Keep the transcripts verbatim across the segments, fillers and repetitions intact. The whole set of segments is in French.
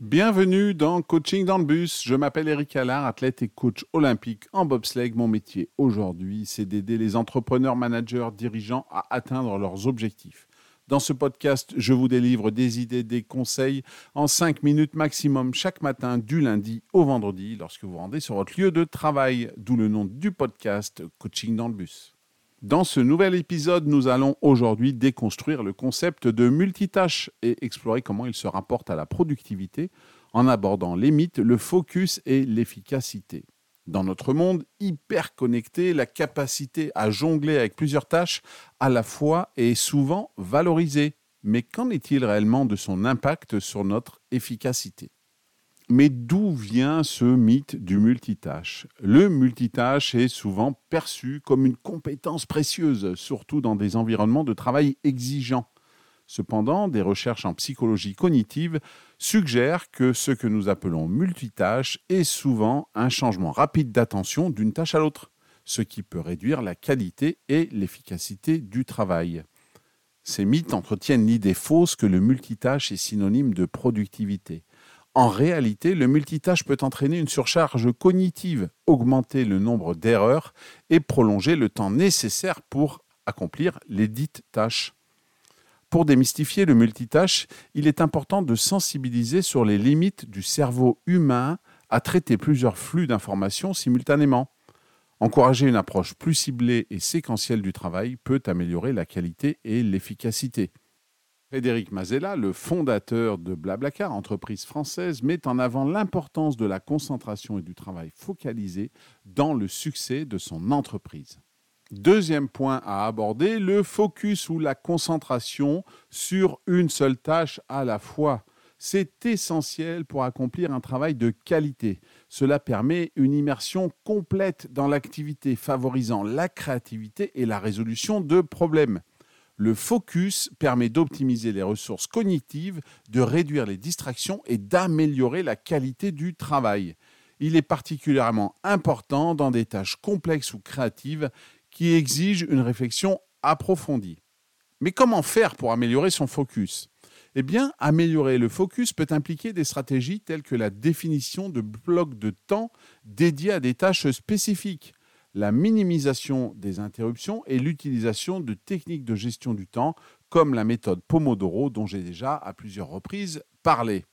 Bienvenue dans Coaching dans le bus. Je m'appelle Eric Allard, athlète et coach olympique en bobsleigh. Mon métier aujourd'hui, c'est d'aider les entrepreneurs, managers, dirigeants à atteindre leurs objectifs. Dans ce podcast, je vous délivre des idées, des conseils en cinq minutes maximum chaque matin du lundi au vendredi lorsque vous vous rendez sur votre lieu de travail, d'où le nom du podcast Coaching dans le bus. Dans ce nouvel épisode, nous allons aujourd'hui déconstruire le concept de multitâche et explorer comment il se rapporte à la productivité en abordant les mythes, le focus et l'efficacité. Dans notre monde hyper connecté, la capacité à jongler avec plusieurs tâches à la fois est souvent valorisée. Mais qu'en est-il réellement de son impact sur notre efficacité ? Mais d'où vient ce mythe du multitâche ? Le multitâche est souvent perçu comme une compétence précieuse, surtout dans des environnements de travail exigeants. Cependant, des recherches en psychologie cognitive suggèrent que ce que nous appelons multitâche est souvent un changement rapide d'attention d'une tâche à l'autre, ce qui peut réduire la qualité et l'efficacité du travail. Ces mythes entretiennent l'idée fausse que le multitâche est synonyme de productivité. En réalité, le multitâche peut entraîner une surcharge cognitive, augmenter le nombre d'erreurs et prolonger le temps nécessaire pour accomplir les dites tâches. Pour démystifier le multitâche, il est important de sensibiliser sur les limites du cerveau humain à traiter plusieurs flux d'informations simultanément. Encourager une approche plus ciblée et séquentielle du travail peut améliorer la qualité et l'efficacité. Frédéric Mazella, le fondateur de Blablacar, entreprise française, met en avant l'importance de la concentration et du travail focalisé dans le succès de son entreprise. Deuxième point à aborder, le focus ou la concentration sur une seule tâche à la fois. C'est essentiel pour accomplir un travail de qualité. Cela permet une immersion complète dans l'activité, favorisant la créativité et la résolution de problèmes. Le focus permet d'optimiser les ressources cognitives, de réduire les distractions et d'améliorer la qualité du travail. Il est particulièrement important dans des tâches complexes ou créatives qui exigent une réflexion approfondie. Mais comment faire pour améliorer son focus ? Eh bien, améliorer le focus peut impliquer des stratégies telles que la définition de blocs de temps dédiés à des tâches spécifiques, la minimisation des interruptions et l'utilisation de techniques de gestion du temps comme la méthode Pomodoro dont j'ai déjà à plusieurs reprises parlé.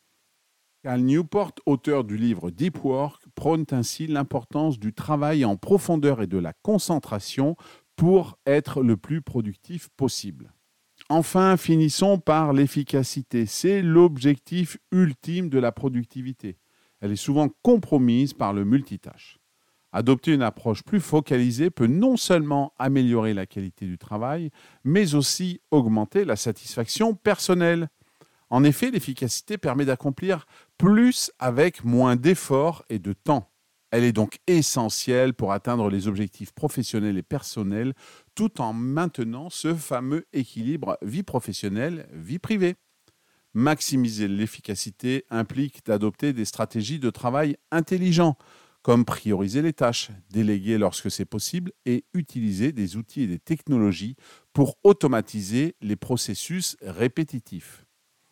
Cal Newport, auteur du livre Deep Work, prône ainsi l'importance du travail en profondeur et de la concentration pour être le plus productif possible. Enfin, finissons par l'efficacité. C'est l'objectif ultime de la productivité. Elle est souvent compromise par le multitâche. Adopter une approche plus focalisée peut non seulement améliorer la qualité du travail, mais aussi augmenter la satisfaction personnelle. En effet, l'efficacité permet d'accomplir plus avec moins d'efforts et de temps. Elle est donc essentielle pour atteindre les objectifs professionnels et personnels, tout en maintenant ce fameux équilibre vie professionnelle, vie privée. Maximiser l'efficacité implique d'adopter des stratégies de travail intelligents, comme prioriser les tâches, déléguer lorsque c'est possible et utiliser des outils et des technologies pour automatiser les processus répétitifs.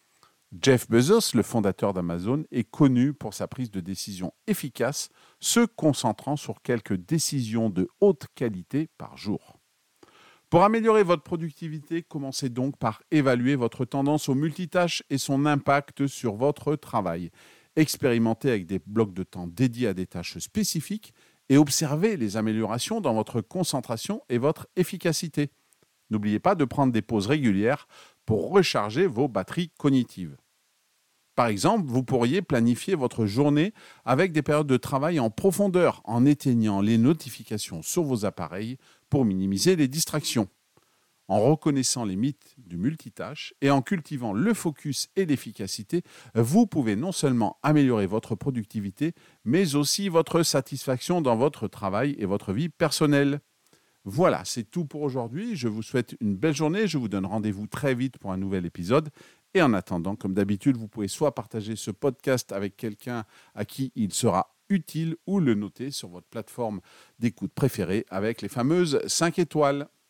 Jeff Bezos, le fondateur d'Amazon, est connu pour sa prise de décision efficace, se concentrant sur quelques décisions de haute qualité par jour. Pour améliorer votre productivité, commencez donc par évaluer votre tendance au multitâche et son impact sur votre travail. Expérimentez avec des blocs de temps dédiés à des tâches spécifiques et observez les améliorations dans votre concentration et votre efficacité. N'oubliez pas de prendre des pauses régulières pour recharger vos batteries cognitives. Par exemple, vous pourriez planifier votre journée avec des périodes de travail en profondeur en éteignant les notifications sur vos appareils pour minimiser les distractions. En reconnaissant les mythes du multitâche et en cultivant le focus et l'efficacité, vous pouvez non seulement améliorer votre productivité, mais aussi votre satisfaction dans votre travail et votre vie personnelle. Voilà, c'est tout pour aujourd'hui. Je vous souhaite une belle journée. Je vous donne rendez-vous très vite pour un nouvel épisode. Et en attendant, comme d'habitude, vous pouvez soit partager ce podcast avec quelqu'un à qui il sera utile ou le noter sur votre plateforme d'écoute préférée avec les fameuses cinq étoiles.